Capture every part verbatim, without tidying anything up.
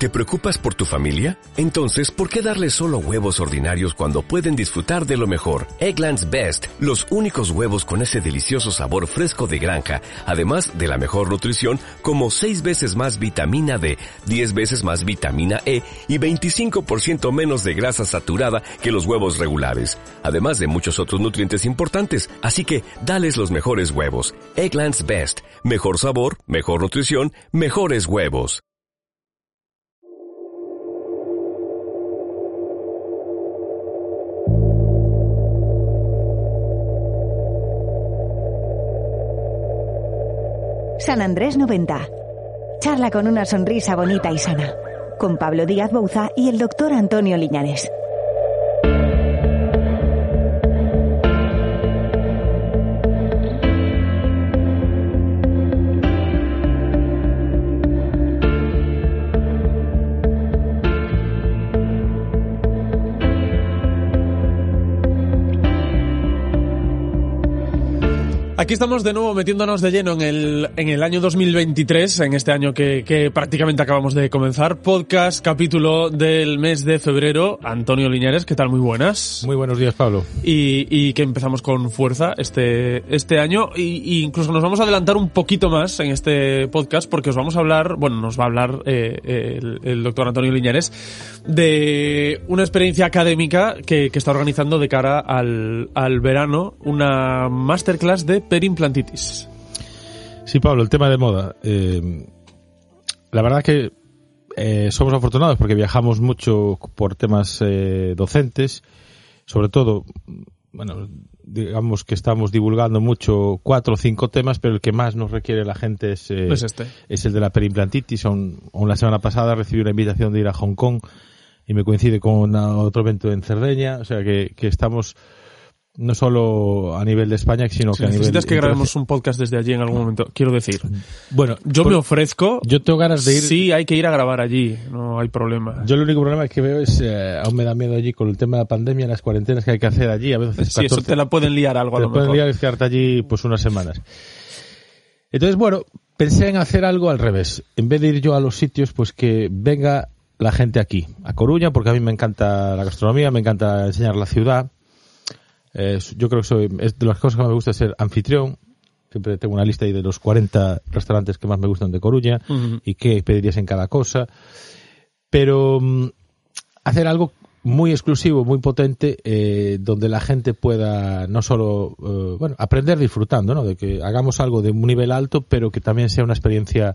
¿Te preocupas por tu familia? Entonces, ¿por qué darles solo huevos ordinarios cuando pueden disfrutar de lo mejor? Eggland's Best, los únicos huevos con ese delicioso sabor fresco de granja, además de la mejor nutrición, como seis veces más vitamina D, diez veces más vitamina E y veinticinco por ciento menos de grasa saturada que los huevos regulares, además de muchos otros nutrientes importantes. Así que, dales los mejores huevos. Eggland's Best, mejor sabor, mejor nutrición, mejores huevos. San Andrés noventa. Charla con una sonrisa bonita y sana. Con Pablo Díaz Bouza y el doctor Antonio Liñares. Aquí estamos de nuevo metiéndonos de lleno en el en el año dos mil veintitrés, en este año que, que prácticamente acabamos de comenzar. Podcast, capítulo del mes de febrero. Antonio Liñares, ¿qué tal? Muy buenas. Muy buenos días, Pablo. Y, y que empezamos con fuerza este este año y, y incluso nos vamos a adelantar un poquito más en este podcast porque os vamos a hablar, bueno, nos va a hablar eh, el, el doctor Antonio Liñares de una experiencia académica que, que está organizando de cara al, al verano, una masterclass de perimplantitis. Sí, Pablo, el tema de moda. Eh, la verdad que eh, somos afortunados porque viajamos mucho por temas eh, docentes, sobre todo, bueno, digamos que estamos divulgando mucho cuatro o cinco temas, pero el que más nos requiere la gente es, eh, es, este. es el de la perimplantitis. Aún, aún la semana pasada recibí una invitación de ir a Hong Kong y me coincide con una, otro evento en Cerdeña, o sea que, que estamos no solo a nivel de España, sino si que a nivel... necesitas que grabemos un podcast desde allí en algún momento, quiero decir. Bueno, yo me ofrezco. Yo tengo ganas de ir. Sí, hay que ir a grabar allí, no hay problema. Yo el único problema que veo es, eh, aún me da miedo allí con el tema de la pandemia, las cuarentenas que hay que hacer allí. A veces sí, catorce, eso te la pueden liar algo a lo mejor. Te pueden liar y quedarte allí pues unas semanas. Entonces, bueno, pensé en hacer algo al revés. En vez de ir yo a los sitios, pues que venga la gente aquí, a Coruña, porque a mí me encanta la gastronomía, me encanta enseñar la ciudad. Eh, yo creo que soy, es de las cosas que más me gusta ser anfitrión. Siempre tengo una lista ahí de los cuarenta restaurantes que más me gustan de Coruña uh-huh. y qué pedirías en cada cosa. Pero um, hacer algo muy exclusivo, muy potente, eh, donde la gente pueda no solo, uh, bueno, aprender disfrutando, ¿no? De que hagamos algo de un nivel alto, pero que también sea una experiencia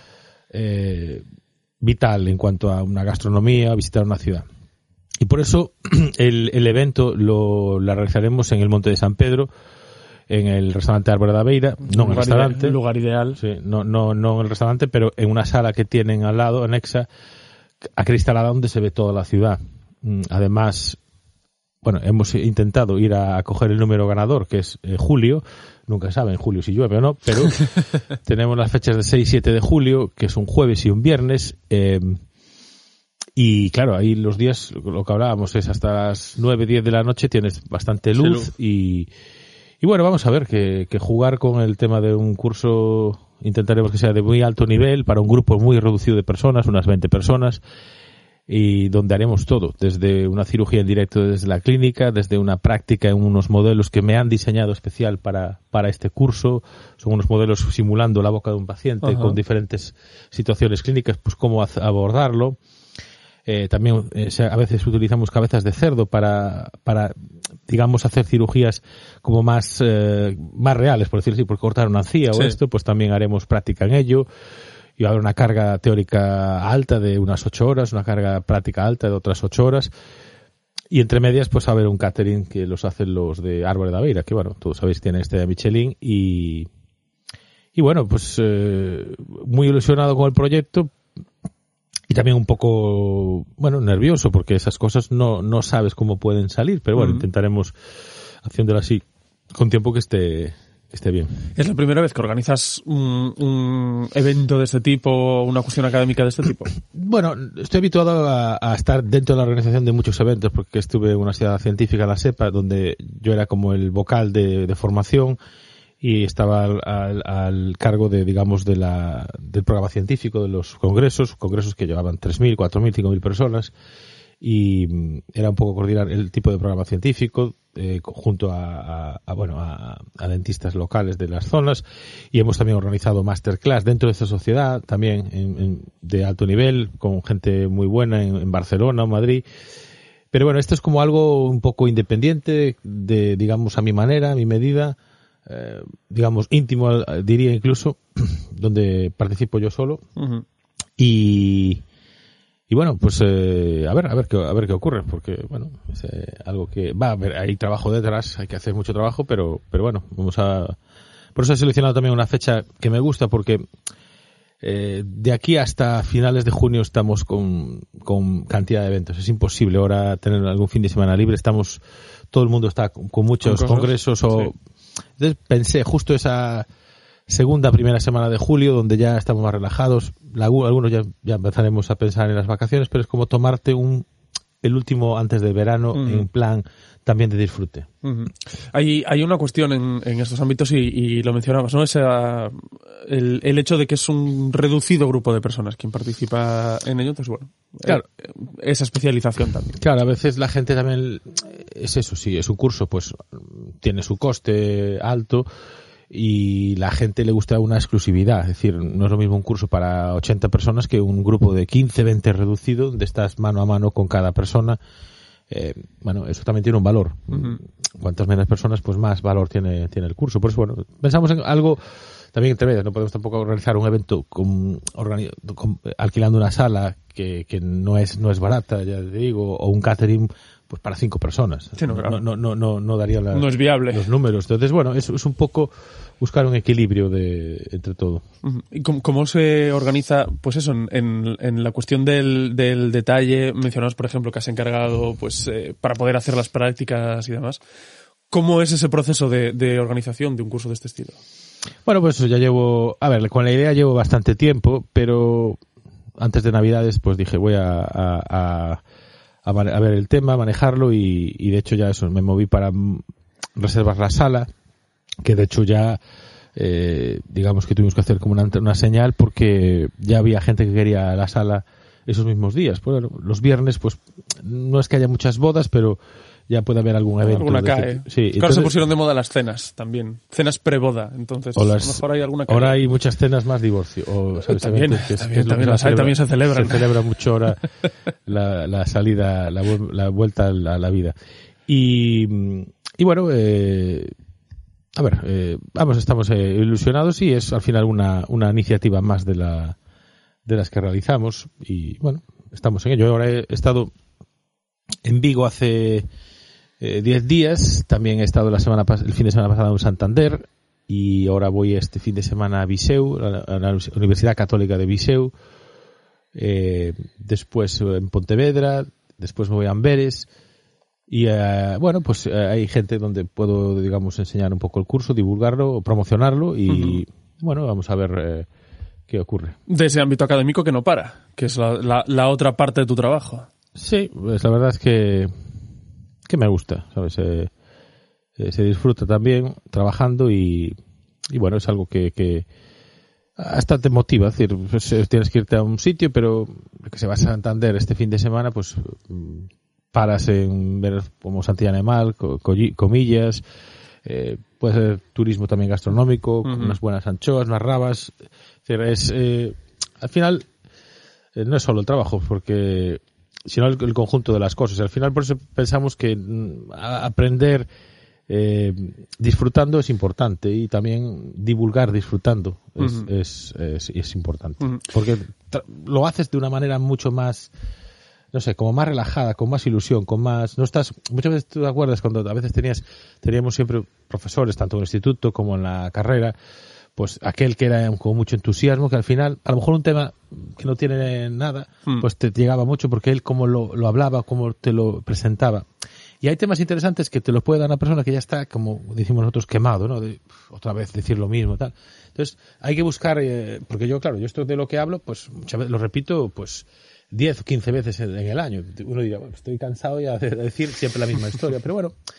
eh, vital en cuanto a una gastronomía, visitar una ciudad. Y por eso el, el evento lo, lo realizaremos en el Monte de San Pedro, en el restaurante Árbore da Beira, no en el restaurante. Un lugar ideal. Sí, no, no, no en el restaurante, pero en una sala que tienen al lado, anexa, acristalada, donde se ve toda la ciudad. Además, bueno, hemos intentado ir a, a coger el número ganador, que es eh, julio. Nunca saben julio si llueve o no, pero tenemos las fechas de seis y siete de julio, que es un jueves y un viernes. Eh, Y claro, ahí los días, lo que hablábamos es hasta las nueve, diez de la noche tienes bastante luz, luz. y y bueno, vamos a ver que, que jugar con el tema de un curso intentaremos que sea de muy alto nivel para un grupo muy reducido de personas, unas veinte personas, y donde haremos todo, desde una cirugía en directo desde la clínica, desde una práctica en unos modelos que me han diseñado especial para para este curso. Son unos modelos simulando la boca de un paciente uh-huh. con diferentes situaciones clínicas, pues cómo abordarlo. Eh, también eh, a veces utilizamos cabezas de cerdo para, para digamos, hacer cirugías como más, eh, más reales, por decirlo así, por cortar una encía sí. o esto, pues también haremos práctica en ello. Y va a haber una carga teórica alta de unas ocho horas, una carga práctica alta de otras ocho horas. Y entre medias, pues va a haber un catering que los hacen los de Árbore da Beira, que bueno, todos sabéis, tienen este de Michelin. Y, y bueno, pues eh, muy ilusionado con el proyecto. Y también un poco, bueno, nervioso, porque esas cosas no, no sabes cómo pueden salir, pero bueno, uh-huh. intentaremos haciéndolo así, con tiempo que esté, que esté bien. ¿Es la primera vez que organizas un, un evento de este tipo, una cuestión académica de este tipo? Bueno, estoy habituado a, a estar dentro de la organización de muchos eventos, porque estuve en una ciudad científica, la SEPA, donde yo era como el vocal de, de formación, y estaba al, al, al cargo de, digamos, de la, del programa científico de los congresos, congresos que llevaban tres mil, cuatro mil, cinco mil personas, y era un poco coordinar el tipo de programa científico eh, junto a, a, a bueno a, a dentistas locales de las zonas, y hemos también organizado masterclass dentro de esta sociedad también en, en, de alto nivel con gente muy buena en, en Barcelona o Madrid. Pero bueno, esto es como algo un poco independiente, de digamos a mi manera, a mi medida, eh, digamos íntimo diría incluso, donde participo yo solo. Uh-huh. y Y bueno, pues eh, a ver, a ver qué, a ver qué ocurre, porque bueno, es eh, algo que va a haber, hay trabajo detrás, hay que hacer mucho trabajo, pero, pero bueno, vamos a, por eso he seleccionado también una fecha que me gusta, porque eh, de aquí hasta finales de junio estamos con, con cantidad de eventos, es imposible ahora tener algún fin de semana libre, estamos, todo el mundo está con, con muchos ¿Con congresos o, sí. Entonces pensé justo esa segunda, primera semana de julio, donde ya estamos más relajados. La, algunos ya, ya empezaremos a pensar en las vacaciones, pero es como tomarte un el último antes del verano uh-huh. en plan también de disfrute. Uh-huh. Hay, hay una cuestión en, en estos ámbitos y, y lo mencionabas, ¿no? Esa, el, el hecho de que es un reducido grupo de personas quien participa en ello, entonces bueno, claro. eh, esa especialización también. Claro, a veces la gente también, es eso, sí, es un curso, pues tiene su coste alto, y la gente le gusta una exclusividad, es decir, no es lo mismo un curso para ochenta personas que un grupo de quince, veinte reducido, donde estás mano a mano con cada persona. Eh, bueno, eso también tiene un valor. Uh-huh. Cuantas menos personas, pues más valor tiene, tiene el curso. Por eso, bueno, pensamos en algo también entre medias. No podemos tampoco organizar un evento con, organi- con, alquilando una sala que, que no es, no es barata, ya te digo, o un catering pues para cinco personas. Sí, no, claro. no, no, no, no daría la, no es viable. Los números. Entonces, bueno, es, es un poco buscar un equilibrio de entre todo. ¿Y cómo, cómo se organiza, pues eso, en, en, en la cuestión del, del detalle? Mencionabas, por ejemplo, que has encargado, pues, eh, para poder hacer las prácticas y demás. ¿Cómo es ese proceso de, de organización de un curso de este estilo? Bueno, pues ya llevo, a ver, con la idea llevo bastante tiempo, pero antes de Navidades, pues dije, voy a, a, a A, a ver el tema, manejarlo y, y de hecho ya eso, me moví para reservar la sala, que de hecho ya eh, digamos que tuvimos que hacer como una, una señal porque ya había gente que quería la sala esos mismos días. Bueno, los viernes pues no es que haya muchas bodas, pero ya puede haber algún evento. Alguna cae. Que, sí, claro, entonces, se pusieron de moda las cenas también. Cenas preboda, entonces las, a lo mejor hay alguna cae. Ahora hay muchas cenas más divorcio. O, ¿sabes? También, que es, también, que es también, que las hay, también se celebran. Se celebra mucho ahora la, la salida, la, la vuelta a la, a la vida. Y, y bueno, eh, a ver, eh, vamos, estamos eh, ilusionados y es al final una, una iniciativa más de la de las que realizamos y bueno, estamos en ello. Ahora he estado en Vigo hace diez eh, días, también he estado la semana pas- el fin de semana pasado en Santander y ahora voy este fin de semana a Viseu, a la, a la Universidad Católica de Viseu, eh, después en Pontevedra, después me voy a Amberes y eh, bueno, pues eh, hay gente donde puedo, digamos, enseñar un poco el curso, divulgarlo, promocionarlo y uh-huh. bueno, vamos a ver eh, qué ocurre. De ese ámbito académico que no para, que es la, la, la otra parte de tu trabajo. Sí, pues la verdad es que que me gusta, ¿sabes? Eh, eh, se disfruta también trabajando y, y bueno, es algo que, que hasta te motiva, es decir, pues, tienes que irte a un sitio, pero que se va a Santander este fin de semana, pues paras en ver como Santillana de Mal, co- comillas, eh, puede ser turismo también gastronómico, uh-huh. con unas buenas anchoas, unas rabas, es decir, es, eh, al final eh, no es solo el trabajo, porque sino el, el conjunto de las cosas. Al final, por eso pensamos que a, aprender eh, disfrutando es importante y también divulgar disfrutando es, uh-huh. es, es, es importante. Uh-huh. Porque tra- lo haces de una manera mucho más, no sé, como más relajada, con más ilusión, con más... no estás muchas veces, ¿tú te acuerdas cuando a veces tenías teníamos siempre profesores, tanto en el instituto como en la carrera, pues aquel que era con mucho entusiasmo, que al final, a lo mejor un tema que no tiene nada, mm. pues te llegaba mucho porque él como lo, lo hablaba, como te lo presentaba. Y hay temas interesantes que te los puede dar una persona que ya está, como decimos nosotros, quemado, ¿no? De uf, otra vez decir lo mismo, tal. Entonces, hay que buscar, eh, porque yo, claro, yo esto de lo que hablo, pues muchas veces lo repito, pues diez o quince veces en, en el año. Uno dirá, bueno, estoy cansado ya de decir siempre la misma historia, pero bueno,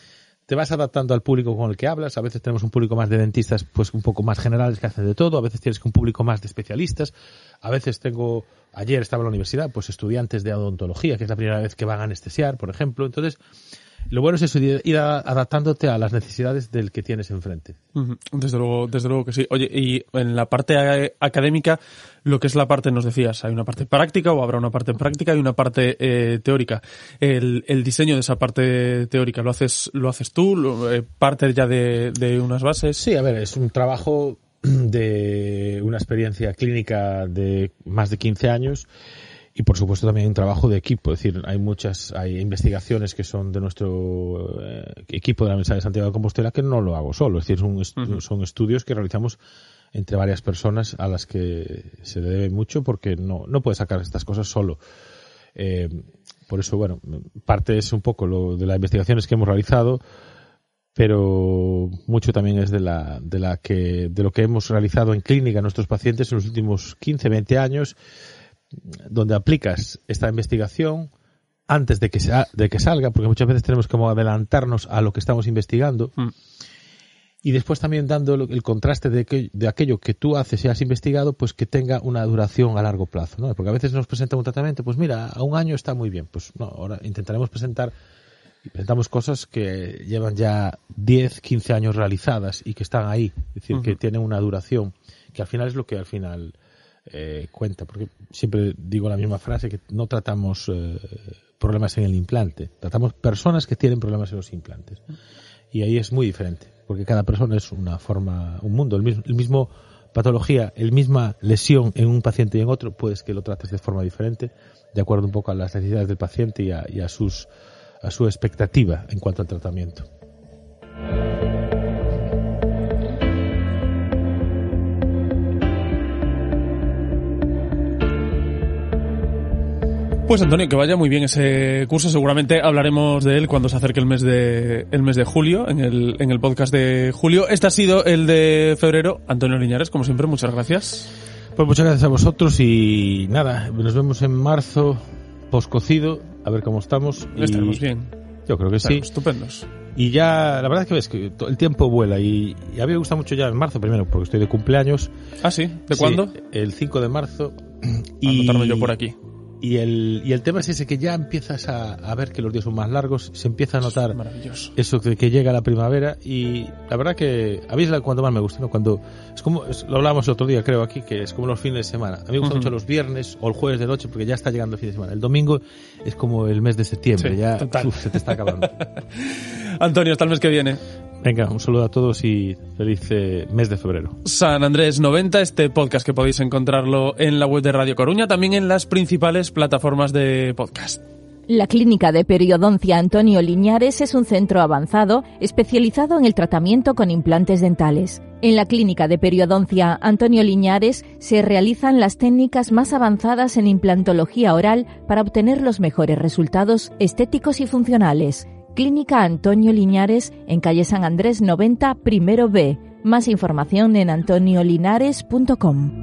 te vas adaptando al público con el que hablas. A veces tenemos un público más de dentistas, pues un poco más generales que hacen de todo. A veces tienes un público más de especialistas. A veces tengo, ayer estaba en la universidad, pues estudiantes de odontología, que es la primera vez que van a anestesiar, por ejemplo. Entonces, lo bueno es eso, ir adaptándote a las necesidades del que tienes enfrente. Desde luego, desde luego que sí. Oye, y en la parte académica, lo que es la parte, nos decías, hay una parte práctica o habrá una parte práctica y una parte eh, teórica. El, el diseño de esa parte teórica, ¿lo haces lo haces tú? Lo, eh, ¿Parte ya de, de unas bases? Sí, a ver, es un trabajo de una experiencia clínica de más de quince años. Y por supuesto también un trabajo de equipo, es decir, hay muchas, hay investigaciones que son de nuestro eh, equipo de la Universidad de Santiago de Compostela que no lo hago solo, es decir, son, est- uh-huh. son estudios que realizamos entre varias personas a las que se le debe mucho porque no, no puedes sacar estas cosas solo. Eh, por eso, bueno, parte es un poco lo de las investigaciones que hemos realizado, pero mucho también es de la, de la que, de lo que hemos realizado en clínica a nuestros pacientes en los últimos quince, veinte años, donde aplicas esta investigación antes de que, sea, de que salga, porque muchas veces tenemos como adelantarnos a lo que estamos investigando, mm. y después también dando el contraste de, que, de aquello que tú haces y has investigado, pues que tenga una duración a largo plazo, ¿no? Porque a veces nos presenta un tratamiento, pues mira, a un año está muy bien, pues no, ahora intentaremos presentar, y presentamos cosas que llevan ya diez, quince años realizadas y que están ahí, es decir, uh-huh. que tienen una duración, que al final es lo que al final Eh, cuenta, porque siempre digo la misma frase, que no tratamos eh, problemas en el implante, tratamos personas que tienen problemas en los implantes, y ahí es muy diferente, porque cada persona es una forma, un mundo, el mismo, el mismo patología, el misma lesión en un paciente y en otro, puedes que lo trates de forma diferente, de acuerdo un poco a las necesidades del paciente y a, y a sus a su expectativa en cuanto al tratamiento. Pues Antonio, que vaya muy bien ese curso. Seguramente hablaremos de él cuando se acerque el mes de el mes de julio, en el en el podcast de julio. Este ha sido el de febrero. Antonio Liñares, como siempre, muchas gracias. Pues muchas gracias a vosotros y nada, nos vemos en marzo, poscocido, a ver cómo estamos. Y estaremos bien. Yo creo que estaremos sí. Estupendos. Y ya, la verdad es que ves que el tiempo vuela y, y a mí me gusta mucho ya en marzo, primero porque estoy de cumpleaños. ¿Ah, sí? ¿De cuándo? Sí, el cinco de marzo. Y anotarme yo por aquí. Y el, y el tema es ese, que ya empiezas a, a ver que los días son más largos, se empieza a notar eso de que llega la primavera, y la verdad que a mí es cuando más me gusta, ¿no? Cuando es como, es, lo hablábamos el otro día creo aquí, que es como los fines de semana. A mí me gusta uh-huh. mucho los viernes o el jueves de noche porque ya está llegando el fin de semana. El domingo es como el mes de septiembre, sí, ya uf, se te está acabando. Antonio, hasta el mes que viene. Venga, un saludo a todos y feliz eh, mes de febrero. San Andrés noventa, este podcast que podéis encontrarlo en la web de Radio Coruña, también en las principales plataformas de podcast. La Clínica de Periodoncia Antonio Liñares es un centro avanzado especializado en el tratamiento con implantes dentales. En la Clínica de Periodoncia Antonio Liñares se realizan las técnicas más avanzadas en implantología oral para obtener los mejores resultados estéticos y funcionales. Clínica Antonio Liñares, en calle San Andrés noventa, primero B. Más información en antonio linares punto com.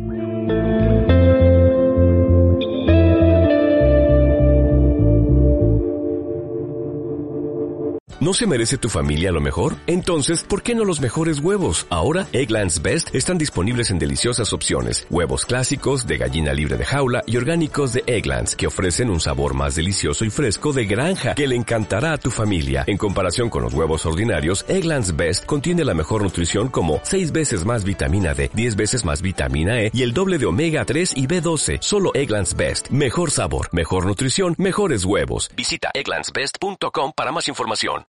¿No se merece tu familia lo mejor? Entonces, ¿por qué no los mejores huevos? Ahora, Eggland's Best están disponibles en deliciosas opciones. Huevos clásicos, de gallina libre de jaula y orgánicos de Eggland's, que ofrecen un sabor más delicioso y fresco de granja, que le encantará a tu familia. En comparación con los huevos ordinarios, Eggland's Best contiene la mejor nutrición, como seis veces más vitamina D, diez veces más vitamina E y el doble de omega tres y B doce. Solo Eggland's Best. Mejor sabor, mejor nutrición, mejores huevos. Visita egglands best punto com para más información.